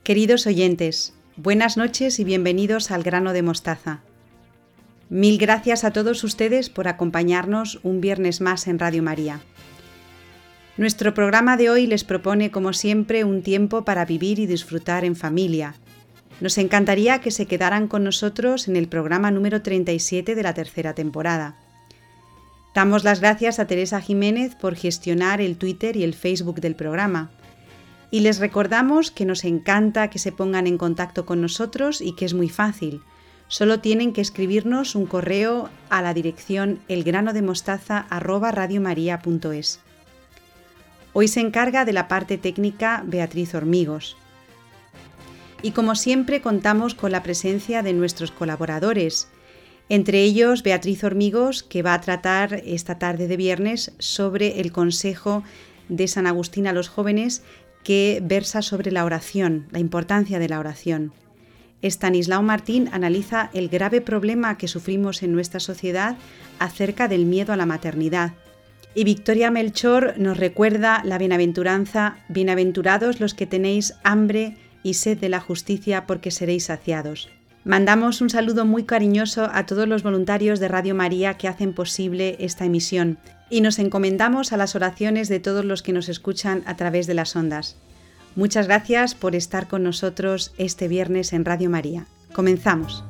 Queridos oyentes, buenas noches y bienvenidos al Grano de Mostaza. Mil gracias a todos ustedes por acompañarnos un viernes más en Radio María. Nuestro programa de hoy les propone, como siempre, un tiempo para vivir y disfrutar en familia. Nos encantaría que se quedaran con nosotros en el programa número 37 de la tercera temporada. Damos las gracias a Teresa Jiménez por gestionar el Twitter y el Facebook del programa. Y les recordamos que nos encanta que se pongan en contacto con nosotros y que es muy fácil. Solo tienen que escribirnos un correo a la dirección elgranodemostaza@radiomaria.es. Hoy se encarga de la parte técnica Beatriz Hormigos. Y como siempre contamos con la presencia de nuestros colaboradores, entre ellos Beatriz Hormigos, que va a tratar esta tarde de viernes sobre el consejo de San Agustín a los jóvenes, que versa sobre la oración, la importancia de la oración. Estanislao Martín analiza el grave problema que sufrimos en nuestra sociedad acerca del miedo a la maternidad. Y Victoria Melchor nos recuerda la bienaventuranza: bienaventurados los que tenéis hambre y sed de la justicia, porque seréis saciados. Mandamos un saludo muy cariñoso a todos los voluntarios de Radio María que hacen posible esta emisión y nos encomendamos a las oraciones de todos los que nos escuchan a través de las ondas. Muchas gracias por estar con nosotros este viernes en Radio María. Comenzamos.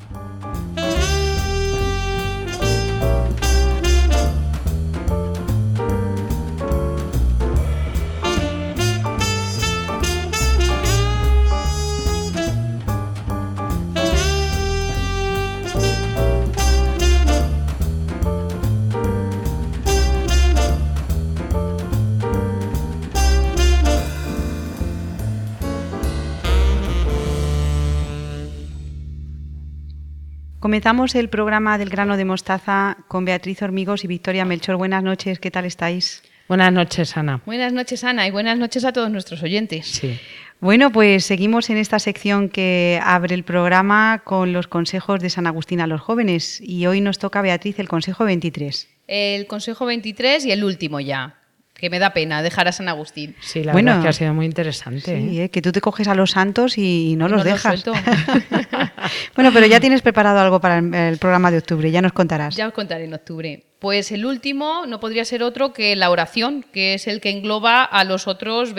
Comenzamos el programa del Grano de Mostaza con Beatriz Hormigos y Victoria Melchor. Buenas noches, ¿qué tal estáis? Buenas noches, Ana. Buenas noches, Ana, y buenas noches a todos nuestros oyentes. Sí. Bueno, pues seguimos en esta sección que abre el programa con los consejos de San Agustín a los jóvenes y hoy nos toca, Beatriz, el consejo 23. El consejo 23 y el último ya, que me da pena dejar a San Agustín. Sí, la verdad es que ha sido muy interesante. Sí, que tú te coges a los santos y no los dejas. Los Bueno, pero ya tienes preparado algo para el programa de octubre, ya nos contarás. Ya os contaré en octubre. Pues el último no podría ser otro que la oración, que es el que engloba a los otros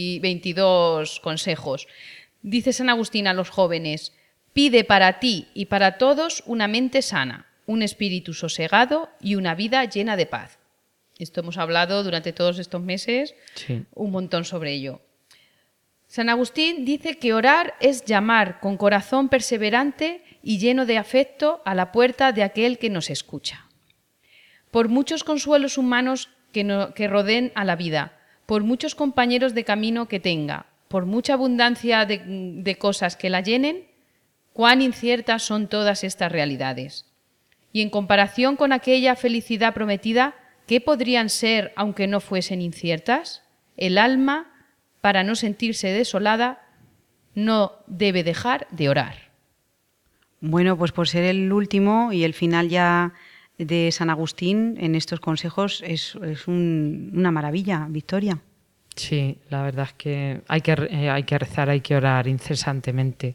22 consejos. Dice San Agustín a los jóvenes: pide para ti y para todos una mente sana, un espíritu sosegado y una vida llena de paz. Esto hemos hablado durante todos estos meses, un montón sobre ello. San Agustín dice que orar es llamar con corazón perseverante y lleno de afecto a la puerta de aquel que nos escucha. Por muchos consuelos humanos que rodeen a la vida, por muchos compañeros de camino que tenga, por mucha abundancia de cosas que la llenen, cuán inciertas son todas estas realidades. Y en comparación con aquella felicidad prometida, ¿qué podrían ser aunque no fuesen inciertas? El alma, para no sentirse desolada, no debe dejar de orar. Bueno, pues por ser el último y el final ya de San Agustín en estos consejos es una maravilla, Victoria. Sí, la verdad es que hay que rezar, hay que orar incesantemente,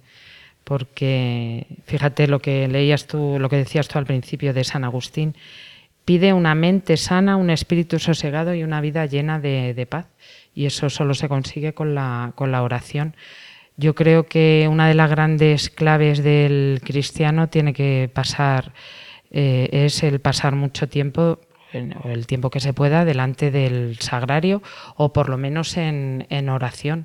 porque fíjate lo que leías tú, lo que decías tú al principio de San Agustín. Pide una mente sana, un espíritu sosegado y una vida llena de paz. Y eso solo se consigue con la oración. Yo creo que una de las grandes claves del cristiano tiene que pasar, es el pasar mucho tiempo, el tiempo que se pueda, delante del sagrario o por lo menos en oración.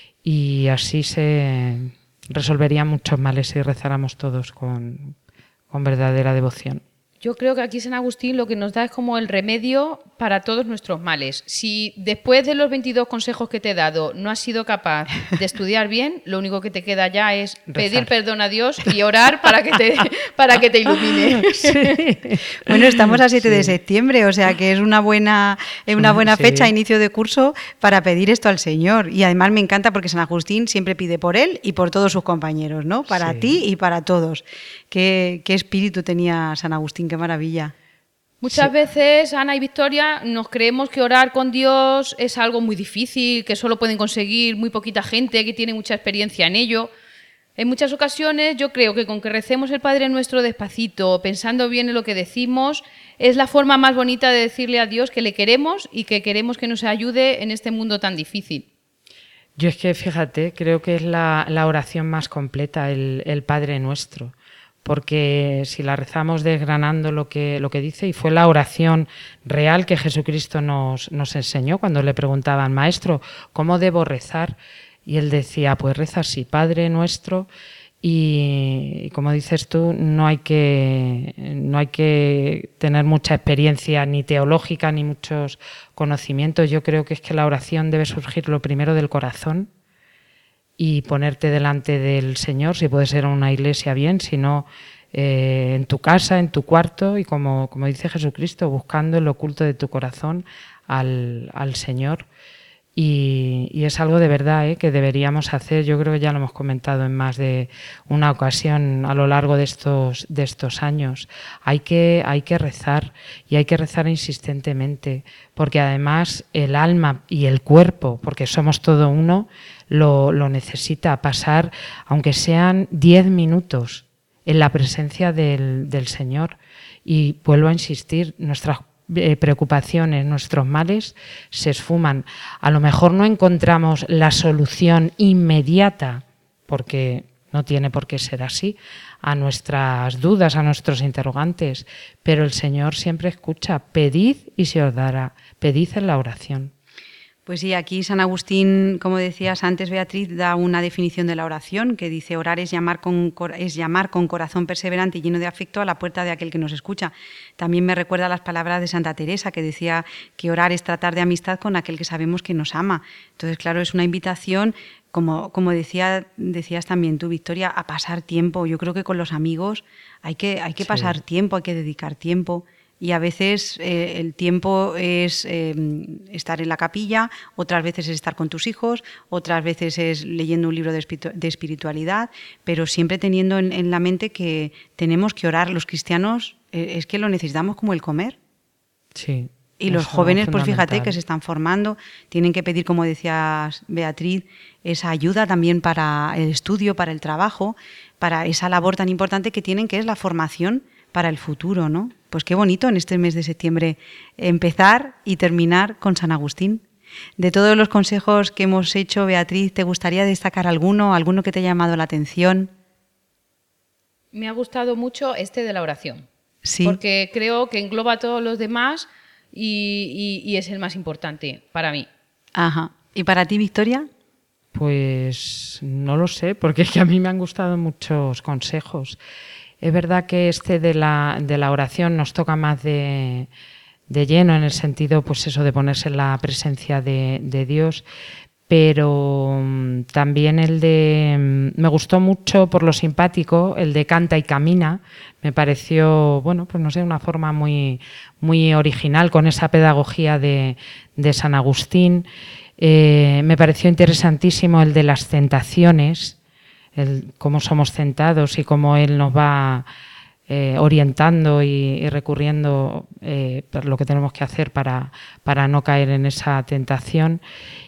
Y así se resolverían muchos males si rezáramos todos con verdadera devoción. Yo creo que aquí San Agustín lo que nos da es como el remedio para todos nuestros males. Si después de los 22 consejos que te he dado no has sido capaz de estudiar bien, lo único que te queda ya es pedir perdón a Dios y orar para que te ilumine. Sí. Bueno, estamos a 7 de septiembre, o sea que es una buena fecha, inicio de curso, para pedir esto al Señor. Y además me encanta porque San Agustín siempre pide por él y por todos sus compañeros, ¿no? Para ti y para todos. ¿Qué espíritu tenía San Agustín? ¡Qué maravilla! Muchas veces, Ana y Victoria, nos creemos que orar con Dios es algo muy difícil, que solo pueden conseguir muy poquita gente, que tiene mucha experiencia en ello. En muchas ocasiones yo creo que con que recemos el Padre Nuestro despacito, pensando bien en lo que decimos, es la forma más bonita de decirle a Dios que le queremos y que queremos que nos ayude en este mundo tan difícil. Yo es que, fíjate, creo que es la oración más completa, el Padre Nuestro, porque si la rezamos desgranando lo que dice, y fue la oración real que Jesucristo nos enseñó cuando le preguntaban, Maestro, ¿cómo debo rezar? Y él decía, pues reza así, Padre Nuestro, y como dices tú, no hay que tener mucha experiencia ni teológica ni muchos conocimientos. Yo creo que es que la oración debe surgir lo primero del corazón y ponerte delante del Señor, si puede ser en una iglesia bien, si no en tu casa, en tu cuarto, y como dice Jesucristo, buscando en lo oculto de tu corazón al Señor. Y es algo de verdad que deberíamos hacer. Yo creo que ya lo hemos comentado en más de una ocasión a lo largo de estos años. Hay que rezar, y hay que rezar insistentemente, porque además el alma y el cuerpo, porque somos todo uno, lo necesita pasar, aunque sean 10 minutos en la presencia del Señor. Y vuelvo a insistir, nuestras preocupaciones, nuestros males se esfuman. A lo mejor no encontramos la solución inmediata, porque no tiene por qué ser así, a nuestras dudas, a nuestros interrogantes, pero el Señor siempre escucha. Pedid y se os dará. Pedid en la oración. Pues sí, aquí San Agustín, como decías antes, Beatriz, da una definición de la oración que dice: orar es llamar con corazón perseverante y lleno de afecto a la puerta de aquel que nos escucha. También me recuerda las palabras de Santa Teresa, que decía que orar es tratar de amistad con aquel que sabemos que nos ama. Entonces, claro, es una invitación, como decías también tú, Victoria, a pasar tiempo. Yo creo que con los amigos hay que pasar tiempo, hay que dedicar tiempo. Y a veces el tiempo es estar en la capilla, otras veces es estar con tus hijos, otras veces es leyendo un libro de espiritualidad, pero siempre teniendo en la mente que tenemos que orar. Los cristianos es que lo necesitamos como el comer. Sí. Y los jóvenes, pues fíjate que se están formando, tienen que pedir, como decías Beatriz, esa ayuda también para el estudio, para el trabajo, para esa labor tan importante que tienen, que es la formación para el futuro, ¿no? Pues qué bonito en este mes de septiembre empezar y terminar con San Agustín. De todos los consejos que hemos hecho, Beatriz, ¿te gustaría destacar alguno que te haya llamado la atención? Me ha gustado mucho este de la oración, Sí. Porque creo que engloba a todos los demás y es el más importante para mí. Ajá. ¿Y para ti, Victoria? Pues no lo sé, porque es que a mí me han gustado muchos consejos. Es verdad que este de la oración nos toca más de lleno, en el sentido, pues eso, de ponerse en la presencia de Dios, pero también me gustó mucho por lo simpático, el de canta y camina. Me pareció, bueno, pues no sé, una forma muy, muy original con esa pedagogía de San Agustín. Me pareció interesantísimo el de las tentaciones, cómo somos tentados y cómo él nos va orientando y recurriendo por lo que tenemos que hacer para no caer en esa tentación.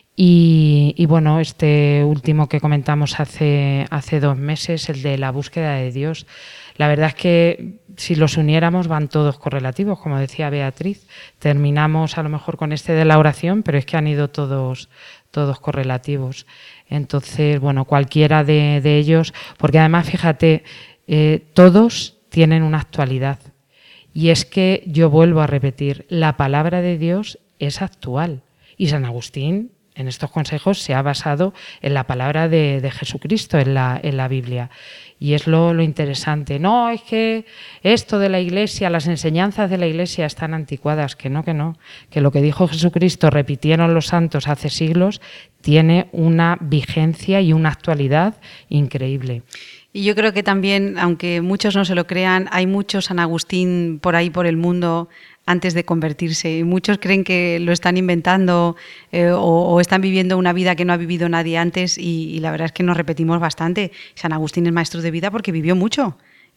Y bueno, este último que comentamos hace 2 meses, el de la búsqueda de Dios. La verdad es que si los uniéramos van todos correlativos, como decía Beatriz. Terminamos a lo mejor con este de la oración, pero es que han ido todos correlativos. Entonces, bueno, cualquiera de ellos, porque además, fíjate, todos tienen una actualidad. Y es que yo vuelvo a repetir, la palabra de Dios es actual. Y San Agustín, en estos consejos, se ha basado en la palabra de Jesucristo, en la Biblia. Y es lo interesante. No, es que esto de la Iglesia, las enseñanzas de la Iglesia están anticuadas. Que no. Que lo que dijo Jesucristo, repitieron los santos hace siglos, tiene una vigencia y una actualidad increíble. Y yo creo que también, aunque muchos no se lo crean, hay mucho San Agustín por ahí, por el mundo, antes de convertirse. Y muchos creen que lo están inventando o están viviendo una vida que no ha vivido nadie antes, y la verdad es que nos repetimos bastante. San Agustín es maestro de vida porque vivió mucho.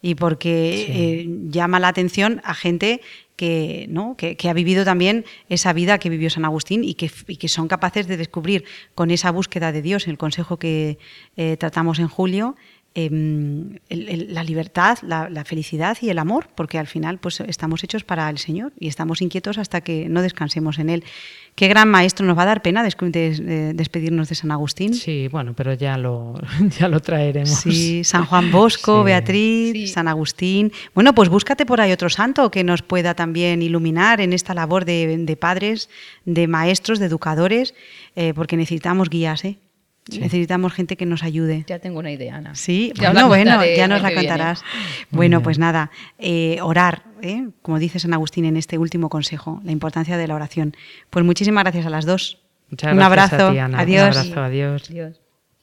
y porque llama la atención a gente que, ¿no? que ha vivido también esa vida que vivió San Agustín y que son capaces de descubrir con esa búsqueda de Dios, en el consejo que tratamos en julio, la libertad, la felicidad y el amor, porque al final pues estamos hechos para el Señor y estamos inquietos hasta que no descansemos en Él. Qué gran maestro, nos va a dar pena despedirnos de San Agustín. Sí, bueno, pero ya lo traeremos. Sí, San Juan Bosco, sí. Beatriz, sí. San Agustín. Bueno, pues búscate por ahí otro santo que nos pueda también iluminar en esta labor de padres, de maestros, de educadores, porque necesitamos guías, ¿eh? Sí. Necesitamos gente que nos ayude. Ya tengo una idea, Ana. Sí, ya ya nos la contarás. Bueno, pues nada, orar, como dice San Agustín en este último consejo, la importancia de la oración. Pues muchísimas gracias a las dos. Muchas un gracias abrazo. A ti, Ana. Adiós. Un abrazo, adiós. Adiós.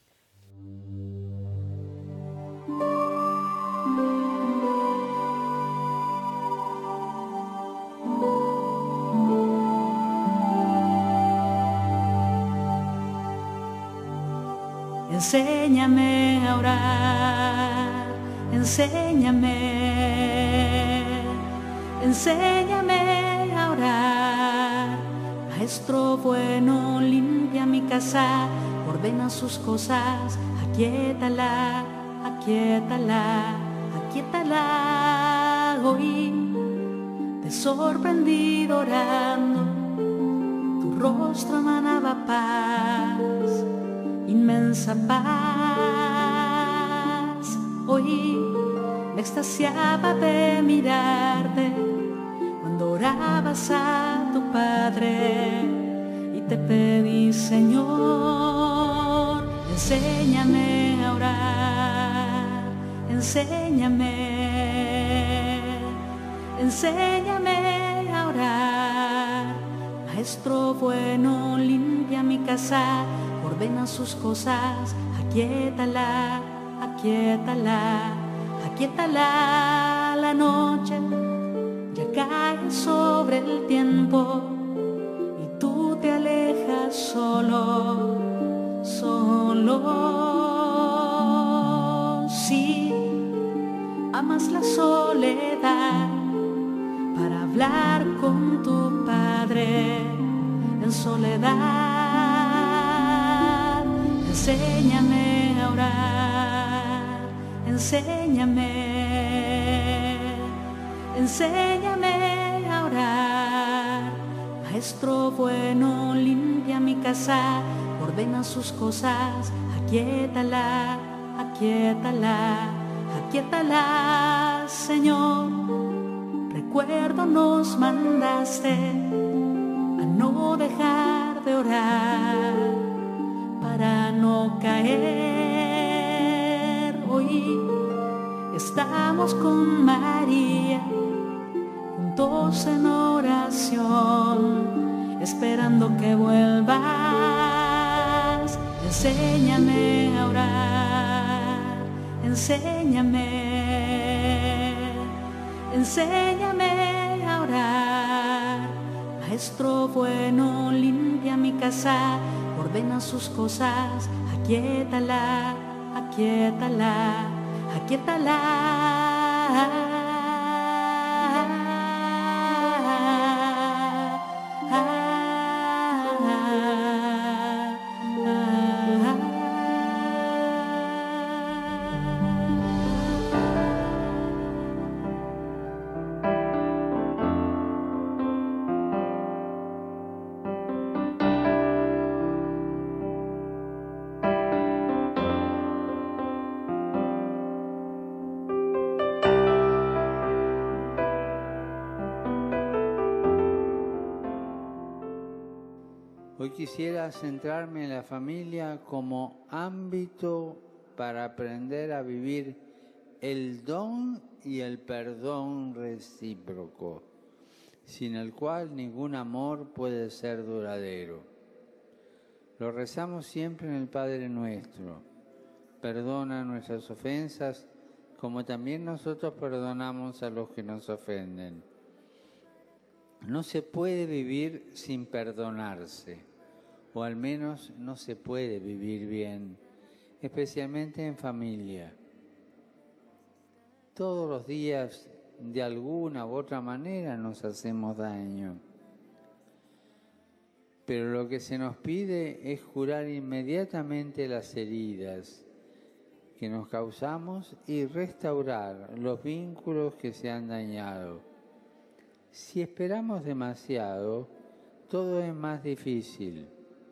Enséñame a orar, enséñame a orar. Maestro bueno, limpia mi casa, ordena sus cosas, aquíétala, aquíétala, aquíétala. Hoy te he sorprendido orando, tu rostro emanaba paz, inmensa paz. Hoy me extasiaba de mirarte cuando orabas a tu Padre y te pedí, Señor, enséñame a orar, enséñame a orar. Maestro bueno, limpia mi casa, ordena sus cosas, aquíétala, aquíétala, aquíétala. La noche ya cae sobre el tiempo y tú te alejas solo, solo. Sí, amas la soledad para hablar con tu Padre en soledad. Enséñame a orar, enséñame a orar. Maestro bueno, limpia mi casa, ordena sus cosas, aquíétala, aquíétala, aquíétala. Señor, recuerdo nos mandaste a no dejar de orar para no caer. Hoy estamos con María, juntos en oración, esperando que vuelvas. Enséñame a orar, enséñame a orar. Maestro bueno, limpia mi casa, ordena sus cosas, aquíétala, aquíétala, aquíétala. Hoy quisiera centrarme en la familia como ámbito para aprender a vivir el don y el perdón recíproco, sin el cual ningún amor puede ser duradero. Lo rezamos siempre en el Padre Nuestro. Perdona nuestras ofensas, como también nosotros perdonamos a los que nos ofenden. No se puede vivir sin perdonarse, o al menos no se puede vivir bien, especialmente en familia. todos los días de alguna u otra manera nos hacemos daño. Pero lo que se nos pide es curar inmediatamente las heridas que nos causamos y restaurar los vínculos que se han dañado. Si esperamos demasiado, todo es más difícil.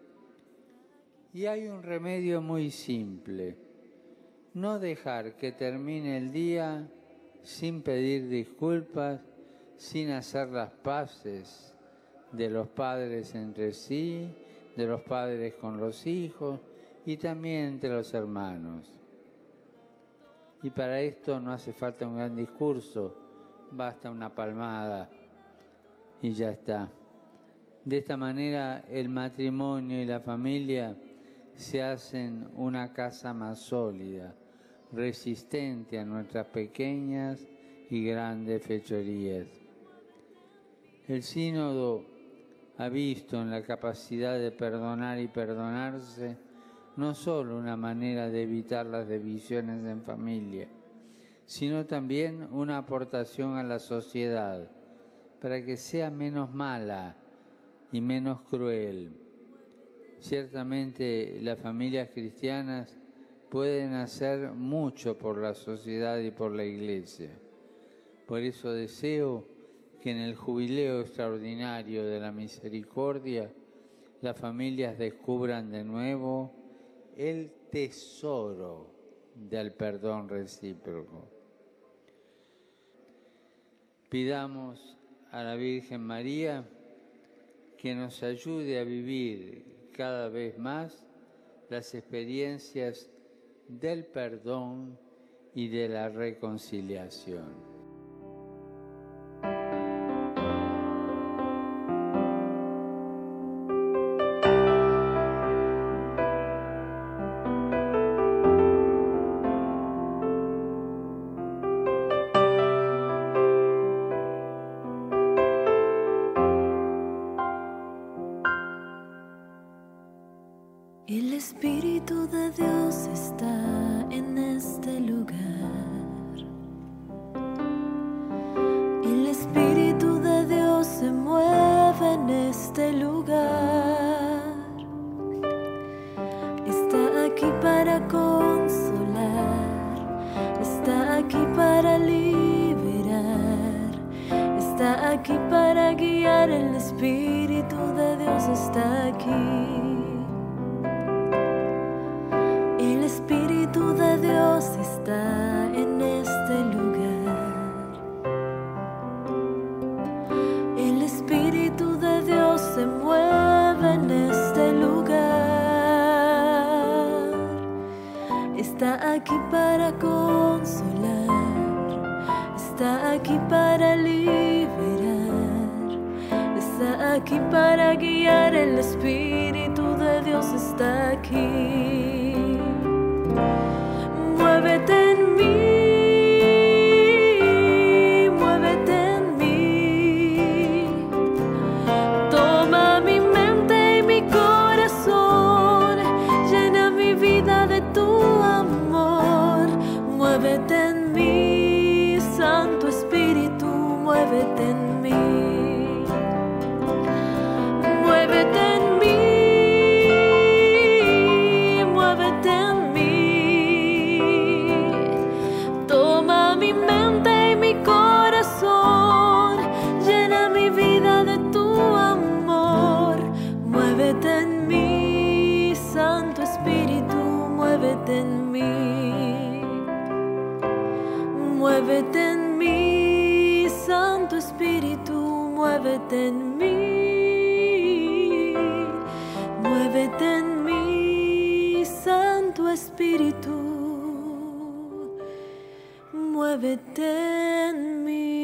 Y hay un remedio muy simple: no dejar que termine el día sin pedir disculpas, sin hacer las paces de los padres entre sí, de los padres con los hijos y también entre los hermanos. Y para esto no hace falta un gran discurso, basta una palmada y ya está. De esta manera el matrimonio y la familia se hacen una casa más sólida, resistente a nuestras pequeñas y grandes fechorías. El sínodo ha visto en la capacidad de perdonar y perdonarse no solo una manera de evitar las divisiones en familia, sino también una aportación a la sociedad para que sea menos mala y menos cruel. Ciertamente las familias cristianas pueden hacer mucho por la sociedad y por la Iglesia. Por eso deseo que en el jubileo extraordinario de la misericordia las familias descubran de nuevo el tesoro del perdón recíproco. Pidamos a la Virgen María que nos ayude a vivir cada vez más las experiencias del perdón y de la reconciliación. El Espíritu de Dios está en este lugar. El Espíritu de Dios se mueve en este lugar. Está aquí para consolar, está aquí para liberar, está aquí para guiar. El Espíritu de Dios está aquí. El Espíritu de Dios está en este lugar. El Espíritu de Dios se mueve en este lugar. Está aquí para consolar, está aquí para liberar, está aquí para guiar. El Espíritu de Dios está aquí. Muévete en mí, muévete en mí. Toma mi mente y mi corazón, llena mi vida de tu amor. Muévete en mí, Santo Espíritu, muévete en mí. Muévete en mí. Muévete en mí, Santo Espíritu, muévete en mí. Muévete en mí, Santo Espíritu, muévete en mí.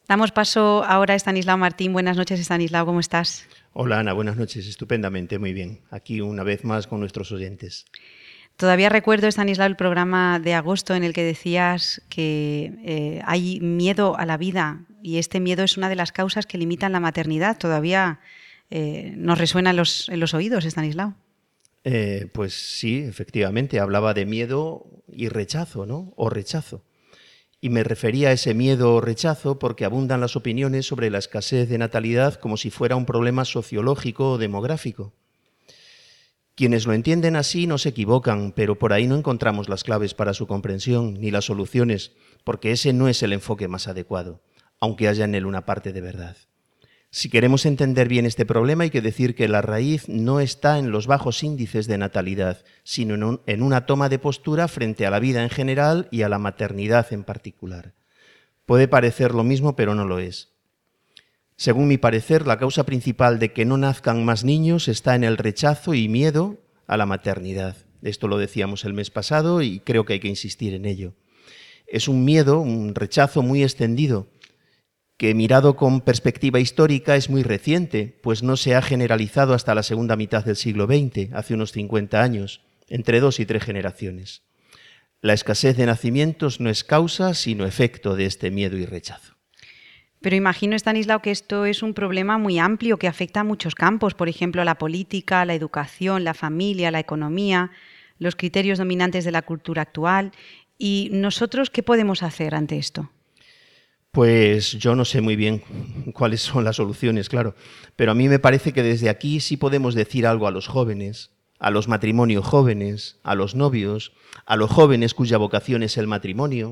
Damos paso ahora a Estanislao Martín. Buenas noches, Estanislao, ¿cómo estás? Hola Ana, buenas noches, estupendamente, muy bien. Aquí una vez más con nuestros oyentes. Todavía recuerdo, Estanislao, el programa de agosto en el que decías que hay miedo a la vida y este miedo es una de las causas que limitan la maternidad. Todavía nos resuena en los oídos, Estanislao. Pues sí, efectivamente, hablaba de miedo y rechazo, ¿no? O rechazo. Y me refería a ese miedo o rechazo porque abundan las opiniones sobre la escasez de natalidad como si fuera un problema sociológico o demográfico. Quienes lo entienden así no se equivocan, pero por ahí no encontramos las claves para su comprensión ni las soluciones, porque ese no es el enfoque más adecuado, aunque haya en él una parte de verdad. Si queremos entender bien este problema, hay que decir que la raíz no está en los bajos índices de natalidad, sino en una toma de postura frente a la vida en general y a la maternidad en particular. Puede parecer lo mismo, pero no lo es. Según mi parecer, la causa principal de que no nazcan más niños está en el rechazo y miedo a la maternidad. Esto lo decíamos el mes pasado y creo que hay que insistir en ello. Es un miedo, un rechazo muy extendido, que mirado con perspectiva histórica es muy reciente, pues no se ha generalizado hasta la segunda mitad del siglo XX, hace unos 50 años, entre 2 y 3 generaciones. La escasez de nacimientos no es causa, sino efecto de este miedo y rechazo. Pero imagino, Estanislao, que esto es un problema muy amplio que afecta a muchos campos, por ejemplo, la política, la educación, la familia, la economía, los criterios dominantes de la cultura actual. ¿Y nosotros qué podemos hacer ante esto? Pues yo no sé muy bien cuáles son las soluciones, claro, pero a mí me parece que desde aquí sí podemos decir algo a los jóvenes, a los matrimonios jóvenes, a los novios, a los jóvenes cuya vocación es el matrimonio,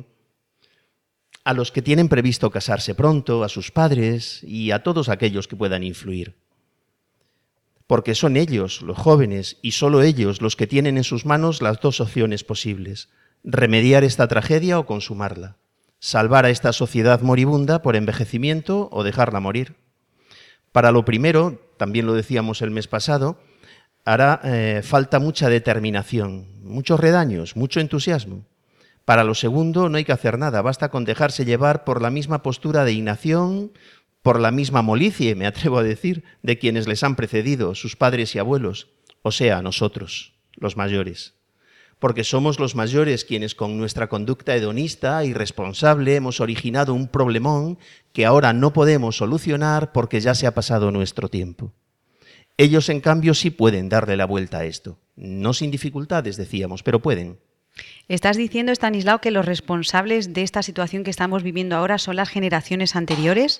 a los que tienen previsto casarse pronto, a sus padres y a todos aquellos que puedan influir. Porque son ellos, los jóvenes, y solo ellos los que tienen en sus manos las dos opciones posibles: remediar esta tragedia o consumarla, salvar a esta sociedad moribunda por envejecimiento o dejarla morir. Para lo primero, también lo decíamos el mes pasado, hará falta mucha determinación, muchos redaños, mucho entusiasmo. Para lo segundo, no hay que hacer nada, basta con dejarse llevar por la misma postura de inacción, por la misma molicie, me atrevo a decir, de quienes les han precedido, sus padres y abuelos, o sea, nosotros, los mayores. Porque somos los mayores quienes con nuestra conducta hedonista e irresponsable hemos originado un problemón que ahora no podemos solucionar porque ya se ha pasado nuestro tiempo. Ellos, en cambio, sí pueden darle la vuelta a esto. No sin dificultades, decíamos, pero pueden. ¿Estás diciendo, Estanislao, que los responsables de esta situación que estamos viviendo ahora son las generaciones anteriores?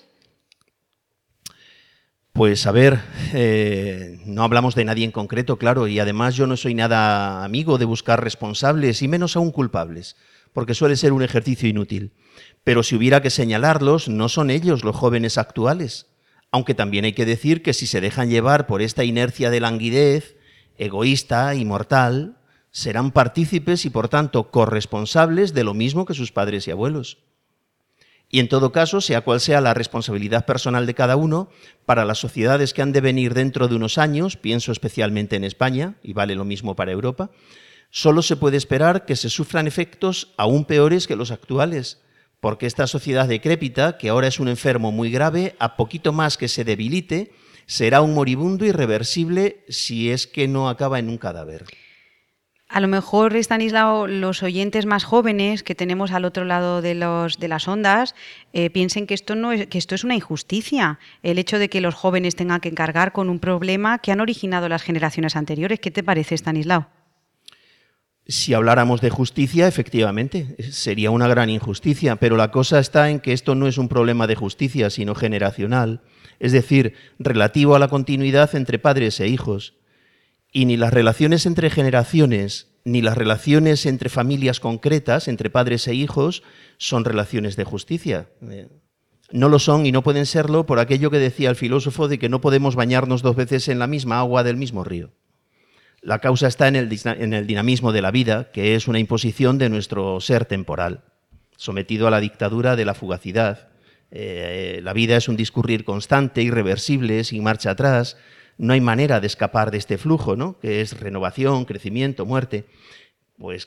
Pues a ver, no hablamos de nadie en concreto, claro, y además yo no soy nada amigo de buscar responsables y menos aún culpables, porque suele ser un ejercicio inútil. Pero si hubiera que señalarlos, no son ellos los jóvenes actuales, aunque también hay que decir que si se dejan llevar por esta inercia de languidez, egoísta y mortal, serán partícipes y, por tanto, corresponsables de lo mismo que sus padres y abuelos. Y en todo caso, sea cual sea la responsabilidad personal de cada uno, para las sociedades que han de venir dentro de unos años, pienso especialmente en España, y vale lo mismo para Europa, solo se puede esperar que se sufran efectos aún peores que los actuales, porque esta sociedad decrépita, que ahora es un enfermo muy grave, a poquito más que se debilite, será un moribundo irreversible si es que no acaba en un cadáver. A lo mejor, Estanislao, los oyentes más jóvenes que tenemos al otro lado de las ondas piensen que esto es una injusticia, el hecho de que los jóvenes tengan que cargar con un problema que han originado las generaciones anteriores. ¿Qué te parece, Estanislao? Si habláramos de justicia, efectivamente, sería una gran injusticia, pero la cosa está en que esto no es un problema de justicia, sino generacional, es decir, relativo a la continuidad entre padres e hijos. Y ni las relaciones entre generaciones, ni las relaciones entre familias concretas, entre padres e hijos, son relaciones de justicia. No lo son y no pueden serlo por aquello que decía el filósofo de que no podemos bañarnos 2 veces en la misma agua del mismo río. La causa está en el dinamismo de la vida, que es una imposición de nuestro ser temporal, sometido a la dictadura de la fugacidad. La vida es un discurrir constante, irreversible, sin marcha atrás. No hay manera de escapar de este flujo, ¿no?, que es renovación, crecimiento, muerte. Pues claro,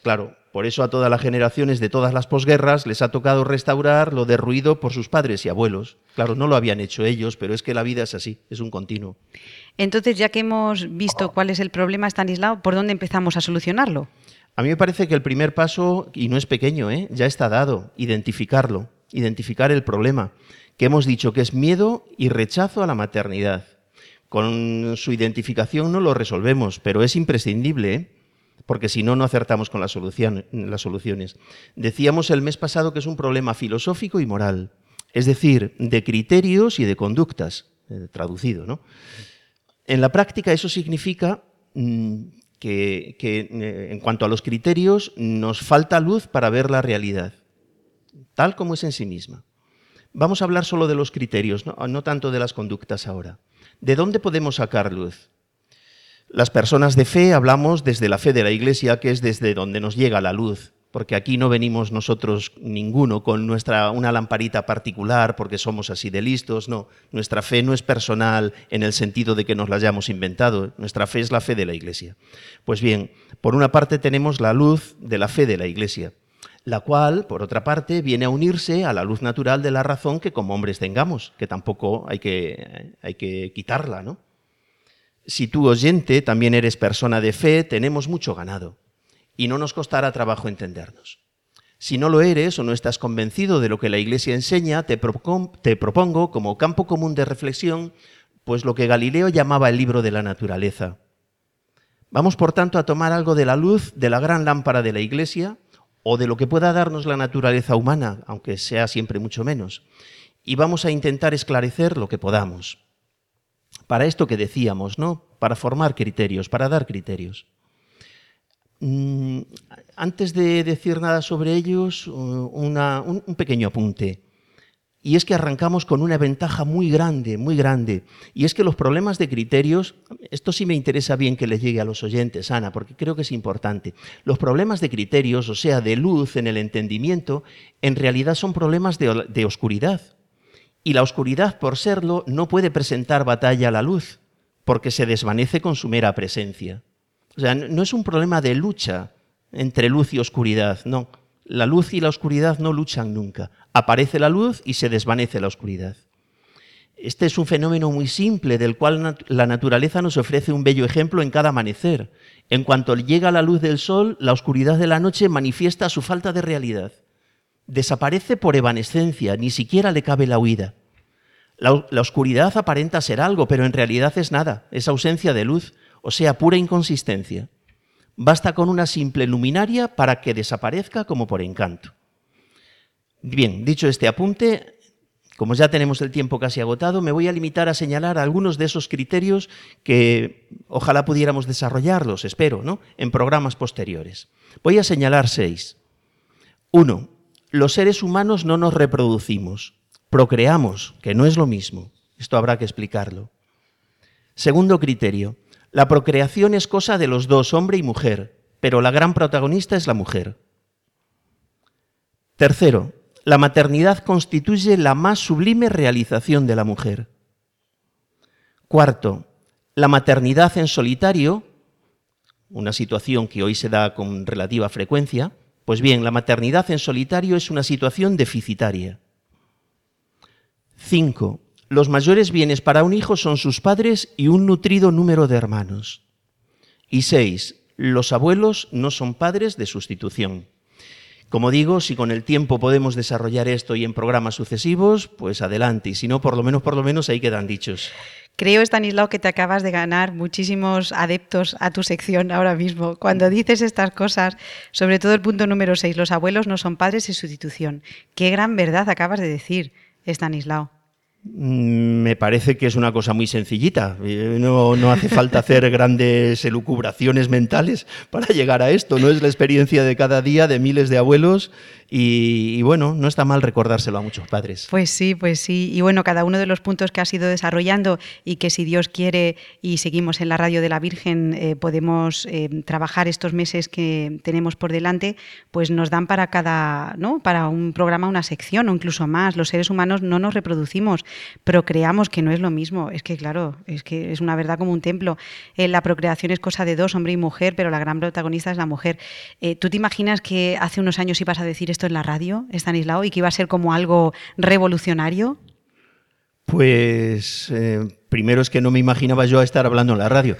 Por eso a todas las generaciones de todas las posguerras les ha tocado restaurar lo derruido por sus padres y abuelos. Claro, no lo habían hecho ellos, pero es que la vida es así, es un continuo. Entonces, ya que hemos visto cuál es el problema, Estanislao, ¿por dónde empezamos a solucionarlo? A mí me parece que el primer paso, y no es pequeño, ya está dado, identificarlo, identificar el problema, que hemos dicho que es miedo y rechazo a la maternidad. Con su identificación no lo resolvemos, pero es imprescindible, porque si no, no acertamos con las soluciones. Decíamos el mes pasado que es un problema filosófico y moral, es decir, de criterios y de conductas, traducido, ¿no? En la práctica eso significa que en cuanto a los criterios nos falta luz para ver la realidad, tal como es en sí misma. Vamos a hablar solo de los criterios, no tanto de las conductas ahora. ¿De dónde podemos sacar luz? Las personas de fe hablamos desde la fe de la Iglesia, que es desde donde nos llega la luz, porque aquí no venimos nosotros ninguno con una lamparita particular porque somos así de listos, no. Nuestra fe no es personal en el sentido de que nos la hayamos inventado, nuestra fe es la fe de la Iglesia. Pues bien, por una parte tenemos la luz de la fe de la Iglesia, la cual, por otra parte, viene a unirse a la luz natural de la razón que como hombres tengamos, que tampoco hay que quitarla, ¿no? Si tú, oyente, también eres persona de fe, tenemos mucho ganado y no nos costará trabajo entendernos. Si no lo eres o no estás convencido de lo que la Iglesia enseña, te propongo como campo común de reflexión, pues lo que Galileo llamaba el libro de la naturaleza. Vamos, por tanto, a tomar algo de la luz de la gran lámpara de la Iglesia o de lo que pueda darnos la naturaleza humana, aunque sea siempre mucho menos, y vamos a intentar esclarecer lo que podamos. Para esto que decíamos, ¿no? Para formar criterios, para dar criterios. Antes de decir nada sobre ellos, un pequeño apunte. Y es que arrancamos con una ventaja muy grande, y es que los problemas de criterios, esto sí me interesa bien que les llegue a los oyentes, Ana, porque creo que es importante. Los problemas de criterios, o sea, de luz en el entendimiento, en realidad son problemas de oscuridad. Y la oscuridad, por serlo, no puede presentar batalla a la luz, porque se desvanece con su mera presencia. O sea, no es un problema de lucha entre luz y oscuridad, no. La luz y la oscuridad no luchan nunca. Aparece la luz y se desvanece la oscuridad. Este es un fenómeno muy simple del cual la naturaleza nos ofrece un bello ejemplo en cada amanecer. En cuanto llega la luz del sol, la oscuridad de la noche manifiesta su falta de realidad. Desaparece por evanescencia, ni siquiera le cabe la huida. La oscuridad aparenta ser algo, pero en realidad es nada, es ausencia de luz, o sea, pura inconsistencia. Basta con una simple luminaria para que desaparezca como por encanto. Bien, dicho este apunte, como ya tenemos el tiempo casi agotado, me voy a limitar a señalar algunos de esos criterios que ojalá pudiéramos desarrollarlos, espero, ¿no?, en programas posteriores. Voy a señalar 6. 1. Los seres humanos no nos reproducimos, procreamos, que no es lo mismo. Esto habrá que explicarlo. Segundo criterio. La procreación es cosa de los dos, hombre y mujer, pero la gran protagonista es la mujer. Tercero, la maternidad constituye la más sublime realización de la mujer. Cuarto, la maternidad en solitario, una situación que hoy se da con relativa frecuencia, pues bien, la maternidad en solitario es una situación deficitaria. 5. Los mayores bienes para un hijo son sus padres y un nutrido número de hermanos. Y 6. Los abuelos no son padres de sustitución. Como digo, si con el tiempo podemos desarrollar esto y en programas sucesivos, pues adelante. Y si no, por lo menos ahí quedan dichos. Creo, Estanislao, que te acabas de ganar muchísimos adeptos a tu sección ahora mismo. Cuando dices estas cosas, sobre todo el punto número 6, los abuelos no son padres de sustitución. Qué gran verdad acabas de decir, Estanislao. Me parece que es una cosa muy sencillita. No hace falta hacer grandes elucubraciones mentales para llegar a esto. No es la experiencia de cada día de miles de abuelos y bueno, no está mal recordárselo a muchos padres. Pues sí. Y bueno, cada uno de los puntos que has ido desarrollando y que si Dios quiere y seguimos en la Radio de la Virgen podemos trabajar estos meses que tenemos por delante, pues nos dan para cada, ¿no?, para un programa una sección o incluso más. Los seres humanos no nos reproducimos, procreamos, que no es lo mismo. Es que, claro, es que es una verdad como un templo. La procreación es cosa de dos, hombre y mujer, pero la gran protagonista es la mujer. ¿Tú te imaginas que hace unos años ibas a decir esto en la radio, Estanislao, y que iba a ser como algo revolucionario? Pues primero es que no me imaginaba yo estar hablando en la radio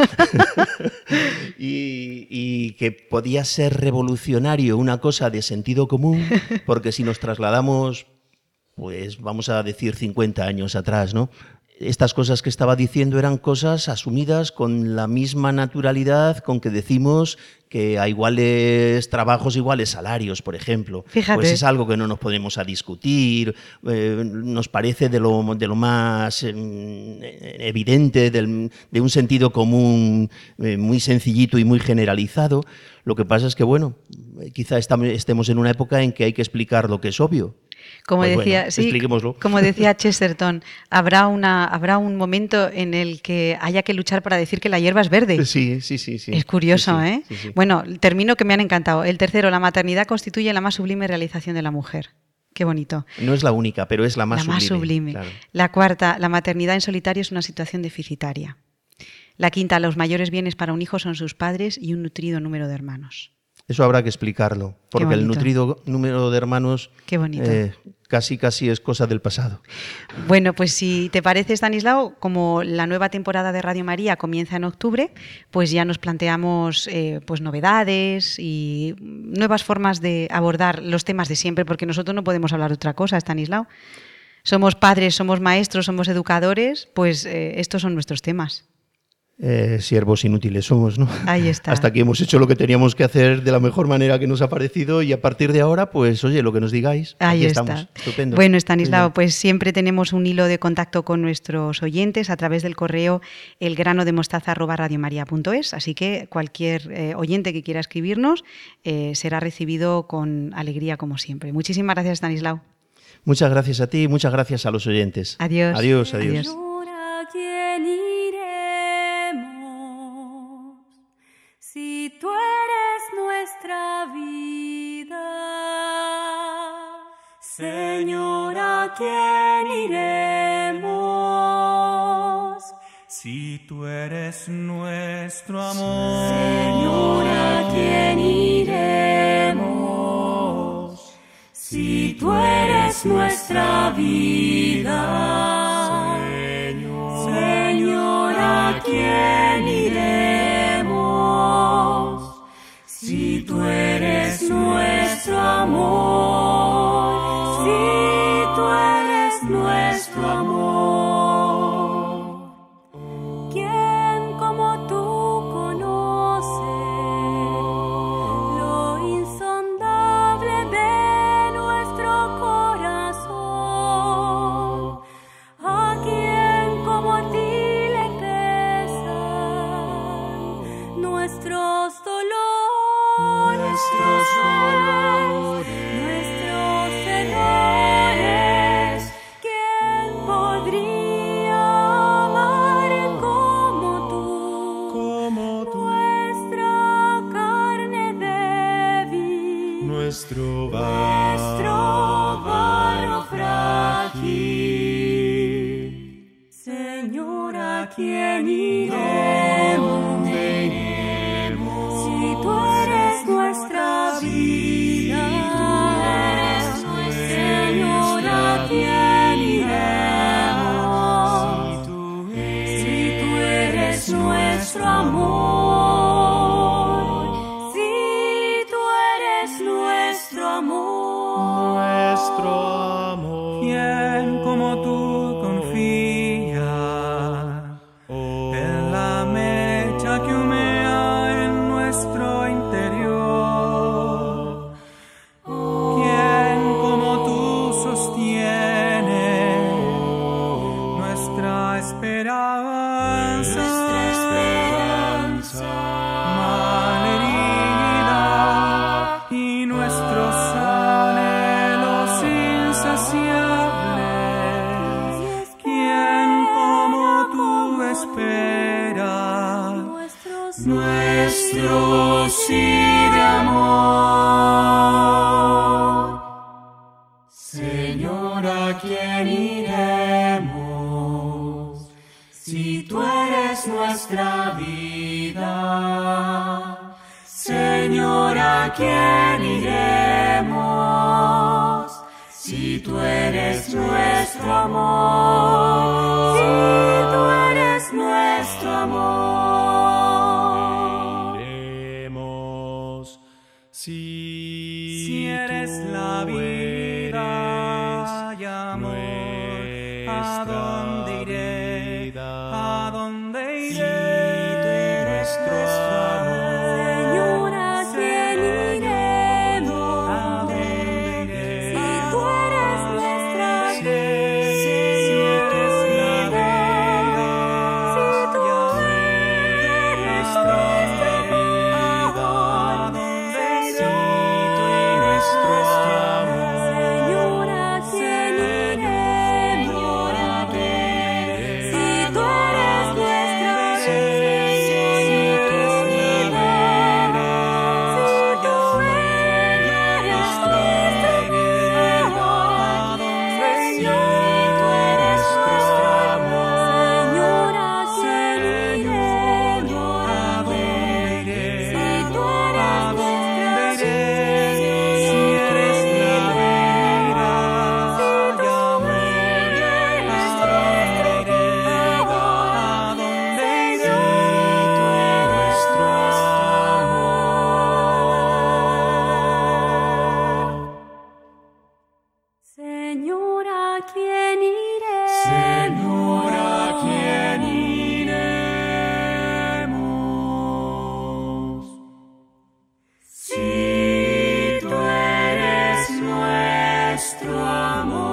y que podía ser revolucionario, una cosa de sentido común, porque si nos trasladamos, pues vamos a decir 50 años atrás, ¿no? Estas cosas que estaba diciendo eran cosas asumidas con la misma naturalidad con que decimos que a iguales trabajos, iguales salarios, por ejemplo. Fíjate. Pues es algo que no nos podemos a discutir, nos parece de lo más evidente, de un sentido común muy sencillito y muy generalizado. Lo que pasa es que, bueno, quizá estemos en una época en que hay que explicar lo que es obvio. Como Pues decía, bueno, sí, expliquémoslo. como decía Chesterton, habrá un momento en el que haya que luchar para decir que la hierba es verde. Sí. Es curioso, Sí, ¿eh? sí. Bueno, termino, que me han encantado. El tercero, la maternidad constituye la más sublime realización de la mujer. Qué bonito. No es la única, pero es la más La más sublime. Claro. La cuarta, la maternidad en solitario es una situación deficitaria. La quinta, los mayores bienes para un hijo son sus padres y un nutrido número de hermanos. Eso habrá que explicarlo, porque el bonito. nutrido número de hermanos Qué bonito. Casi es cosa del pasado. Bueno, pues si te parece, Estanislao, como la nueva temporada de Radio María comienza en octubre, pues ya nos planteamos pues novedades y nuevas formas de abordar los temas de siempre, porque nosotros no podemos hablar de otra cosa, Estanislao. Somos padres, somos maestros, somos educadores, pues estos son nuestros temas. Siervos inútiles somos, ¿no? Ahí está. Hasta aquí hemos hecho lo que teníamos que hacer de la mejor manera que nos ha parecido y a partir de ahora, pues oye, lo que nos digáis, Ahí aquí está. estamos. Estupendo. Bueno, Estanislao, pues siempre tenemos un hilo de contacto con nuestros oyentes a través del correo elgranodemostaza@radiomaria.es, así que cualquier oyente que quiera escribirnos será recibido con alegría como siempre. Muchísimas gracias, Estanislao. Muchas gracias a ti, muchas gracias a los oyentes. Adiós. Adiós. Adiós. Señora, ¿a quién iremos? Si tú eres nuestra vida. Señora, ¿a quién iremos? Si tú eres nuestro amor. Señora, ¿a quién iremos? Si tú eres nuestra vida. Señora, ¿a quién iremos? Si tú eres nuestro amor. Si tú eres nuestro amor. ¿Quién como tú conoce lo insondable de nuestro corazón? ¿A quién como a ti le pesan nuestros dolores? Nuestros errores. ¿Quién podría amar como tú? Nuestra carne débil, Nuestro barro frágil. Señora, ¿a quién iremos? Si tú eres nuestra vida. Señora, ¿a quién iremos? Si tú eres nuestro amor. Si tú eres nuestro amor. Nuestro amor. ¿Quién como tú confía en la mecha que humea en nuestro interior? ¿Quién como tú sostiene nuestra esperanza? Malherida y nuestros anhelos insaciables. ¿Quién como tú espera nuestro sí de amor? Señora, ¿a quién iremos? Si tú eres nuestra vida, Señor, ¿a quién iremos? Si tú eres nuestro amor, si tú eres nuestro amor. Iremos, Si eres la vida y amor, ¿a dónde iré? ¿A dónde iré? nuestro amor. Señor, ¿a quién iremos? ¿A dónde iré? Si tú eres nuestra Si vida, eres la vida si tú y eres nuestra nuestro vida, amor, ¿a dónde si iré? tú eres Nuestro nuestro amor. Señor, ¿a quién iremos? Si tú eres nuestra vida, si tú eres nuestro amor, Señor, tú eres nuestro amor. Señor, ¿a quién iremos? Si tú eres nuestra Señor, ¿a quién iremos? Señor, ¿a quién iremos? Si tú eres nuestro amor.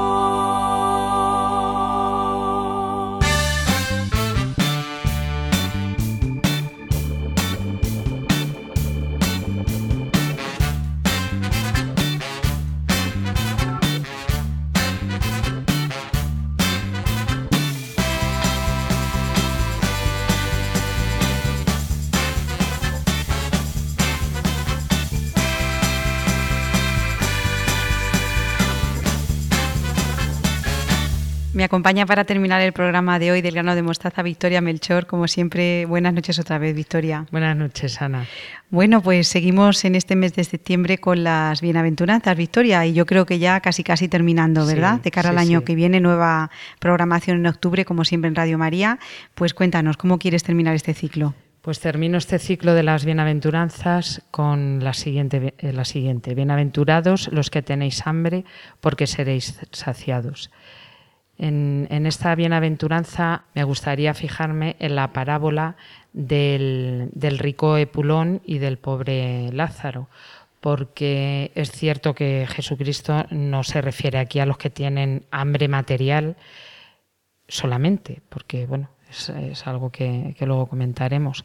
Me acompaña para terminar el programa de hoy del grano de mostaza Victoria Melchor. Como siempre, buenas noches otra vez, Victoria. Buenas noches, Ana. Bueno, pues seguimos en este mes de septiembre con las bienaventuranzas, Victoria, y yo creo que ya casi terminando, ¿verdad? Sí, De cara al sí, año sí. que viene, nueva programación en octubre, como siempre en Radio María. Pues cuéntanos, ¿cómo quieres terminar este ciclo? Pues termino este ciclo de las bienaventuranzas con la siguiente. Bienaventurados los que tenéis hambre, porque seréis saciados. En esta bienaventuranza me gustaría fijarme en la parábola del rico Epulón y del pobre Lázaro, porque es cierto que Jesucristo no se refiere aquí a los que tienen hambre material solamente, porque bueno, es algo que luego comentaremos,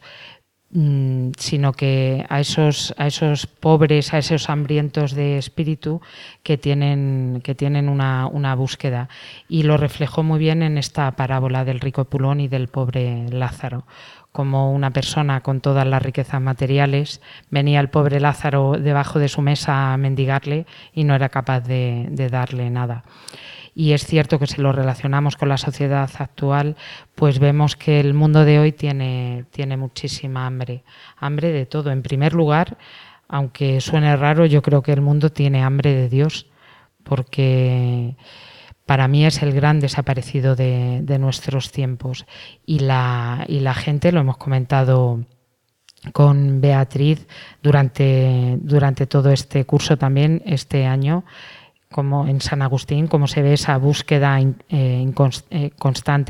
sino que a esos pobres, a esos hambrientos de espíritu que tienen una búsqueda. Y lo reflejó muy bien en esta parábola del rico Epulón y del pobre Lázaro. Como una persona con todas las riquezas materiales, venía el pobre Lázaro debajo de su mesa a mendigarle y no era capaz de darle nada. Y es cierto que si lo relacionamos con la sociedad actual, pues vemos que el mundo de hoy tiene muchísima hambre de todo. En primer lugar, aunque suene raro, yo creo que el mundo tiene hambre de Dios, porque para mí es el gran desaparecido de nuestros tiempos. Y la gente, lo hemos comentado con Beatriz durante todo este curso también, este año, como en San Agustín, como se ve esa búsqueda constante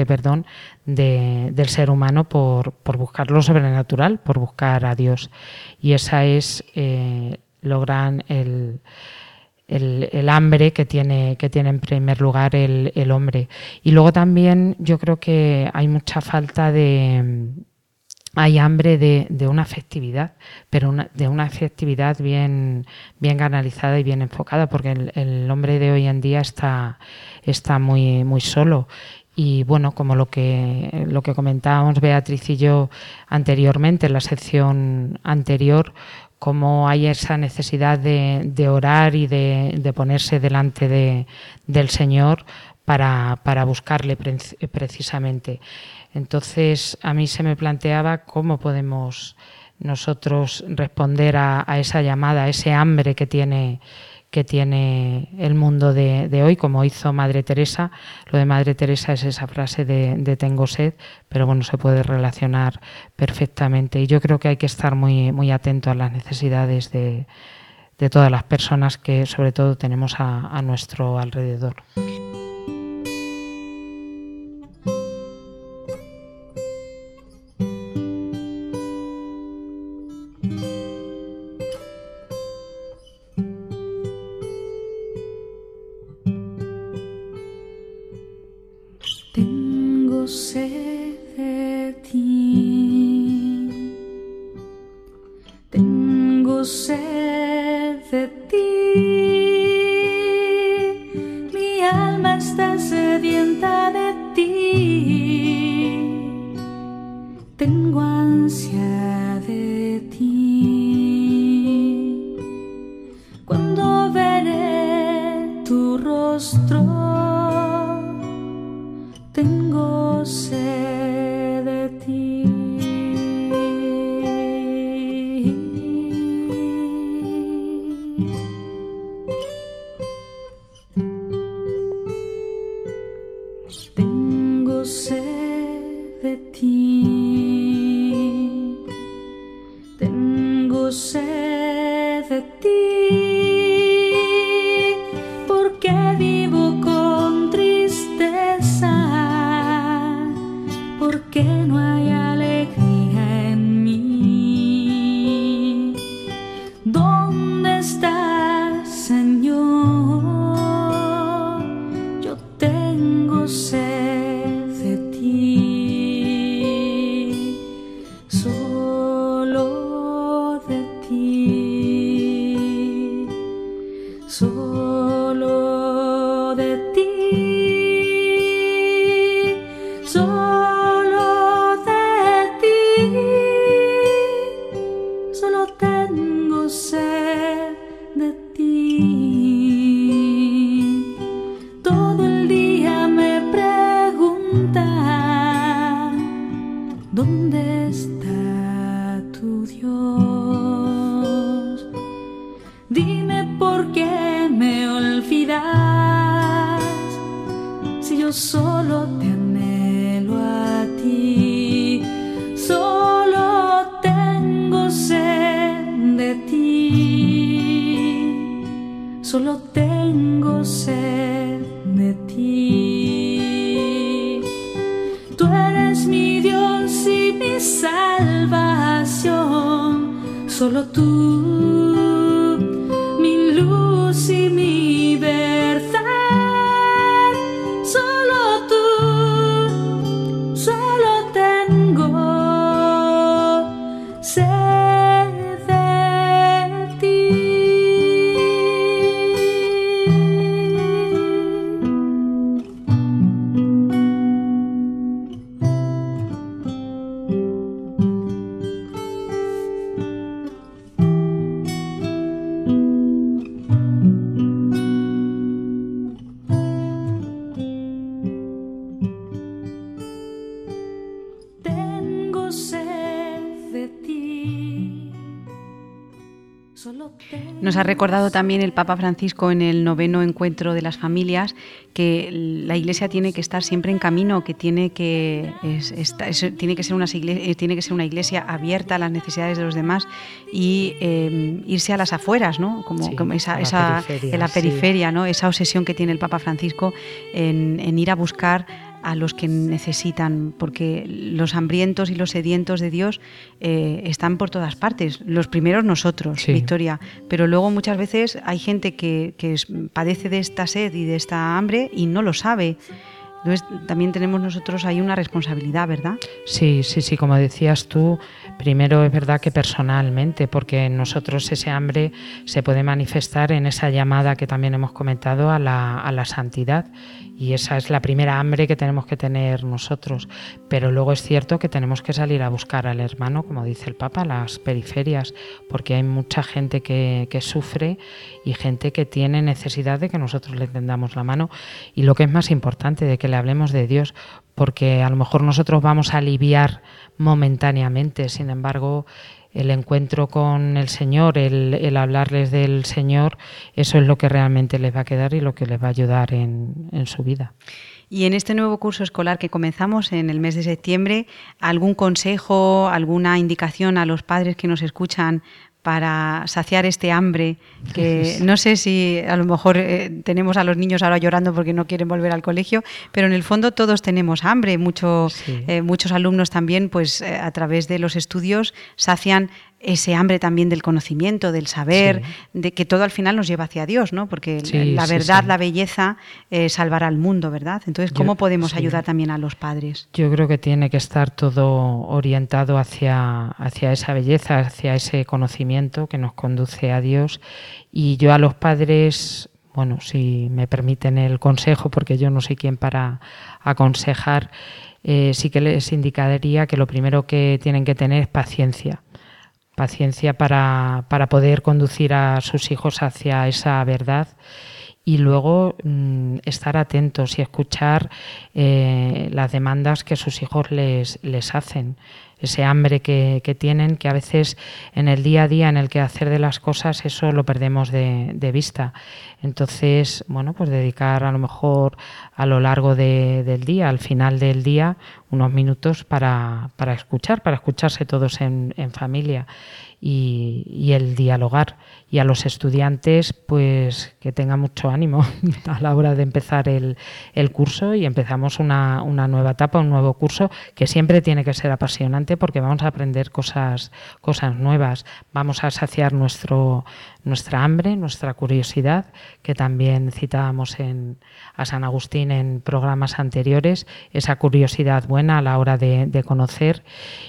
del ser humano por buscar lo sobrenatural, por buscar a Dios. Y esa es logran el hambre que tiene en primer lugar el hombre. Y luego también yo creo que hay mucha falta hay hambre de una afectividad, pero de una afectividad bien canalizada y bien enfocada, porque el hombre de hoy en día está muy, muy solo. Y bueno, como lo que comentábamos Beatriz y yo anteriormente en la sección anterior, cómo hay esa necesidad de orar y de ponerse delante del Señor para buscarle precisamente. Entonces, a mí se me planteaba cómo podemos nosotros responder a esa llamada, a ese hambre que tiene el mundo de hoy, como hizo Madre Teresa. Lo de Madre Teresa es esa frase de tengo sed, pero bueno, se puede relacionar perfectamente. Y yo creo que hay que estar muy, muy atento a las necesidades de todas las personas que sobre todo tenemos a nuestro alrededor. Tengo sed de ti, tengo sed de ti, mi alma está sedienta de ti, tengo ansia de ti, cuando veré tu rostro. Tengo sed de ti. Tengo sed de ti. Tengo sed de ti. Porque vivo con tristeza. Porque no hay alegría en mí. ¿Dónde estás, Señor? Yo tengo sed de ti, solo de ti, solo de ti. Tengo sed de ti. Todo el día me pregunta, ¿dónde está tu Dios? Dime por qué me olvidas, si yo solo te anhelo a ti. Solo tengo sed de ti, solo tengo sed de ti. Tú eres mi Dios y mi salvación, solo tú, mi luz y mi verdad. Solo tú, solo tengo sed. Nos ha recordado también el Papa Francisco en el 9º encuentro de las familias que la Iglesia tiene que estar siempre en camino, que tiene que ser una Iglesia abierta a las necesidades de los demás y irse a las afueras, ¿no? Como en la periferia, ¿no? Esa obsesión que tiene el Papa Francisco en ir a buscar a los que necesitan, porque los hambrientos y los sedientos de Dios están por todas partes. Los primeros nosotros, sí. Victoria, pero luego muchas veces hay gente que padece de esta sed y de esta hambre y no lo sabe. Entonces también tenemos nosotros ahí una responsabilidad, ¿verdad? Sí, como decías tú, primero es verdad que personalmente, porque en nosotros ese hambre se puede manifestar en esa llamada que también hemos comentado a la santidad, y esa es la primera hambre que tenemos que tener nosotros. Pero luego es cierto que tenemos que salir a buscar al hermano, como dice el Papa, las periferias, porque hay mucha gente que sufre y gente que tiene necesidad de que nosotros le tendamos la mano, y lo que es más importante, de que le hablemos de Dios, porque a lo mejor nosotros vamos a aliviar momentáneamente, sin embargo el encuentro con el Señor, el hablarles del Señor, eso es lo que realmente les va a quedar y lo que les va a ayudar en su vida. Y en este nuevo curso escolar que comenzamos en el mes de septiembre, ¿algún consejo, alguna indicación a los padres que nos escuchan para saciar este hambre? Que no sé si a lo mejor tenemos a los niños ahora llorando porque no quieren volver al colegio, pero en el fondo todos tenemos hambre. Muchos alumnos también, pues a través de los estudios, sacian ese hambre también del conocimiento, del saber, de que todo al final nos lleva hacia Dios, ¿no? Porque la verdad, la belleza salvará al mundo, ¿verdad? Entonces, ¿cómo podemos ayudar también a los padres? Yo creo que tiene que estar todo orientado hacia esa belleza, hacia ese conocimiento que nos conduce a Dios. Y yo a los padres, bueno, si me permiten el consejo, porque yo no soy quien para aconsejar, sí que les indicaría que lo primero que tienen que tener es paciencia para poder conducir a sus hijos hacia esa verdad, y luego estar atentos y escuchar las demandas que sus hijos les hacen, ese hambre que tienen, que a veces en el día a día, en el quehacer de las cosas, eso lo perdemos de vista. Entonces, bueno, pues dedicar a lo mejor a lo largo del día, al final del día, unos minutos para escucharse todos en familia y el dialogar. Y a los estudiantes, pues que tengan mucho ánimo a la hora de empezar el curso, y empezamos una nueva etapa, un nuevo curso que siempre tiene que ser apasionante, porque vamos a aprender cosas nuevas, vamos a saciar nuestra hambre, nuestra curiosidad, que también citábamos a San Agustín en programas anteriores, esa curiosidad buena a la hora de conocer,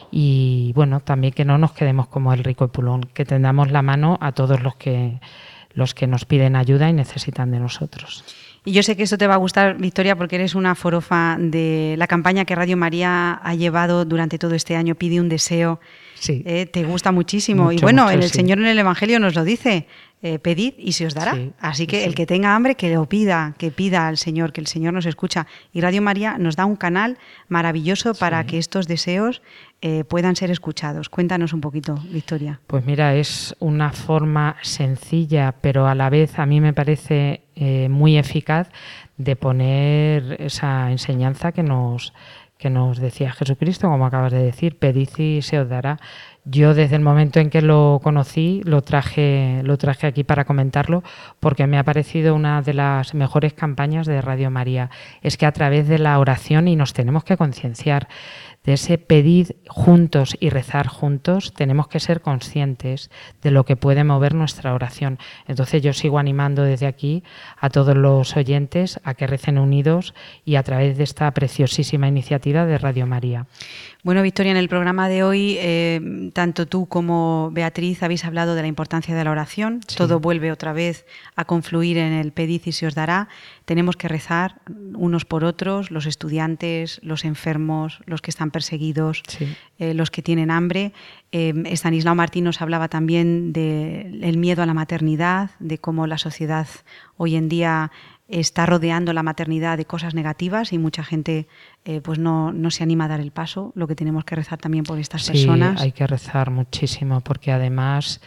y bueno, también que no nos quedemos como el rico Epulón, que tendamos la mano a todos los que nos piden ayuda y necesitan de nosotros. Y yo sé que esto te va a gustar, Victoria, porque eres una forofa de la campaña que Radio María ha llevado durante todo este año, Pide un deseo. Sí. Te gusta muchísimo. Mucho, y bueno, mucho, el Señor en el Evangelio nos lo dice, pedid y se os dará. Sí, así que el que tenga hambre, que lo pida, que pida al Señor, que el Señor nos escucha. Y Radio María nos da un canal maravilloso para que estos deseos puedan ser escuchados. Cuéntanos un poquito, Victoria. Pues mira, es una forma sencilla, pero a la vez a mí me parece muy eficaz de poner esa enseñanza que nos decía Jesucristo, como acabas de decir, pedid y se os dará. Yo desde el momento en que lo conocí lo traje aquí para comentarlo, porque me ha parecido una de las mejores campañas de Radio María. Es que a través de la oración, y nos tenemos que concienciar de ese pedir juntos y rezar juntos, tenemos que ser conscientes de lo que puede mover nuestra oración. Entonces yo sigo animando desde aquí a todos los oyentes a que recen unidos y a través de esta preciosísima iniciativa de Radio María. Bueno, Victoria, en el programa de hoy, tanto tú como Beatriz habéis hablado de la importancia de la oración. Sí. Todo vuelve otra vez a confluir en el pedid y se os dará. Tenemos que rezar unos por otros, los estudiantes, los enfermos, los que están perseguidos, sí. Los que tienen hambre. Estanislao Martín nos hablaba también del miedo a la maternidad, de cómo la sociedad hoy en día está rodeando la maternidad de cosas negativas y mucha gente pues no se anima a dar el paso. Lo que tenemos que rezar también por estas personas. Sí, hay que rezar muchísimo, porque además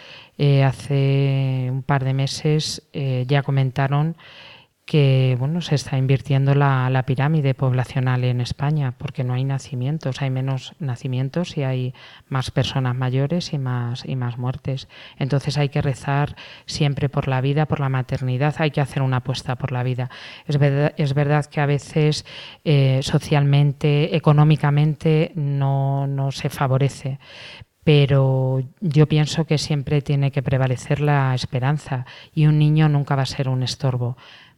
hace un par de meses ya comentaron que bueno, se está invirtiendo la pirámide poblacional en España, porque no hay nacimientos, hay menos nacimientos y hay más personas mayores y más muertes. Entonces hay que rezar siempre por la vida, por la maternidad, hay que hacer una apuesta por la vida. Es verdad que a veces socialmente, económicamente no se favorece, pero yo pienso que siempre tiene que prevalecer la esperanza, y un niño nunca va a ser un estorbo.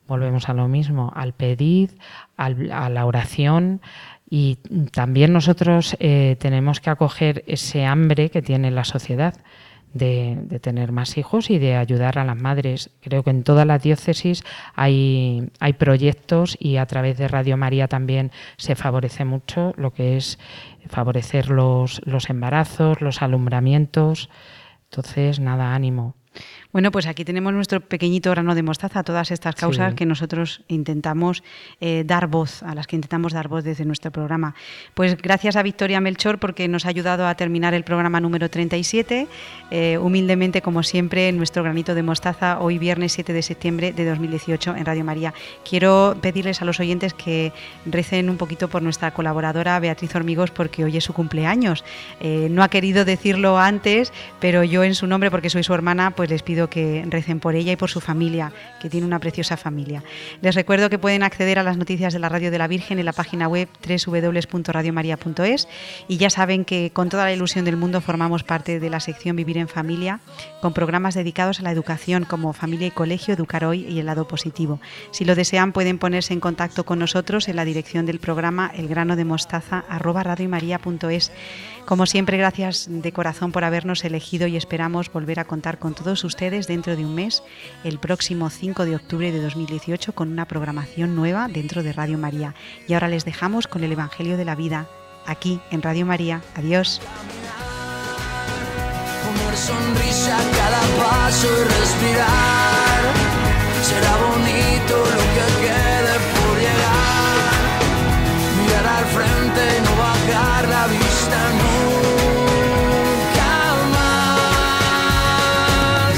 volvemos a lo mismo, al pedir, a la oración. Y también nosotros tenemos que acoger ese hambre que tiene la sociedad de tener más hijos y de ayudar a las madres. Creo que en todas las diócesis hay proyectos, y a través de Radio María también se favorece mucho lo que es favorecer los embarazos, los alumbramientos. Entonces, nada, ánimo. Bueno, pues aquí tenemos nuestro pequeñito grano de mostaza a todas estas causas, sí, que nosotros intentamos dar voz, a las que intentamos dar voz desde nuestro programa. Pues gracias a Victoria Melchor, porque nos ha ayudado a terminar el programa número 37, humildemente, como siempre, nuestro granito de mostaza, hoy viernes 7 de septiembre de 2018 en Radio María. Quiero pedirles a los oyentes que recen un poquito por nuestra colaboradora Beatriz Hormigos, porque hoy es su cumpleaños. No ha querido decirlo antes, pero yo en su nombre, porque soy su hermana, pues les pido que recen por ella y por su familia, que tiene una preciosa familia. Les recuerdo que pueden acceder a las noticias de la Radio de la Virgen en la página web www.radiomaria.es, y ya saben que con toda la ilusión del mundo formamos parte de la sección Vivir en Familia, con programas dedicados a la educación como Familia y Colegio, Educar Hoy y El Lado Positivo. Si lo desean, pueden ponerse en contacto con nosotros en la dirección del programa elgranodemostaza@radiomaria.es. Como siempre, gracias de corazón por habernos elegido, y esperamos volver a contar con todos ustedes dentro de un mes, el próximo 5 de octubre de 2018, con una programación nueva dentro de Radio María. Y ahora les dejamos con el Evangelio de la Vida, aquí en Radio María. Adiós. Poner sonrisa a cada paso y respirar. Será bonito lo que quede por llegar. Mirar al frente y no bajar la vista nunca más.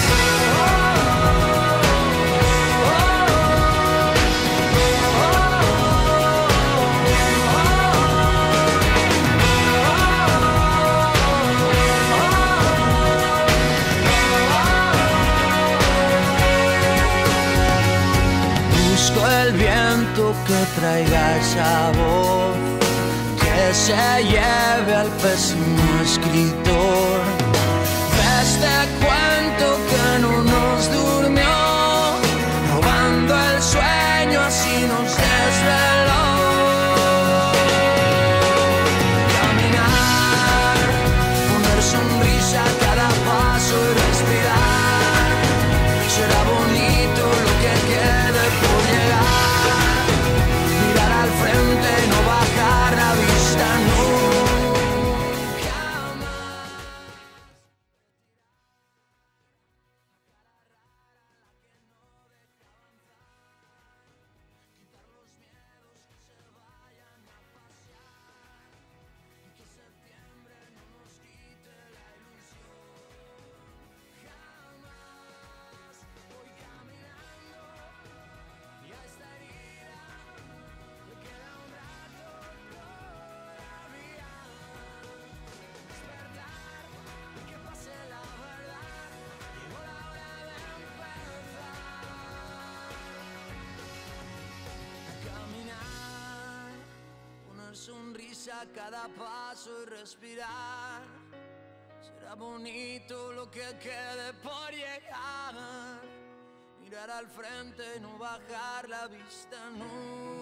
Busco el viento que traiga esa voz, que se lleve al pésimo escritor de este cuento que no nos durmió, robando el sueño, así nos desveló. Caminar, poner sonrisa a cada paso y respirar. Será bonito lo que quede por llegar. Mirar al frente y no bajar la vista nunca más. Quitar los miedos que se vayan a pasear, y que septiembre no nos quite la ilusión. Jamás voy caminando y a esta herida le queda un rato todavía. Despertar y que pase la verdad, llegó la hora de empezar a caminar, poner sonrisa a cada paso y respirar. Será bonito lo que quede por llegar. Mirar al frente y no bajar la vista nunca.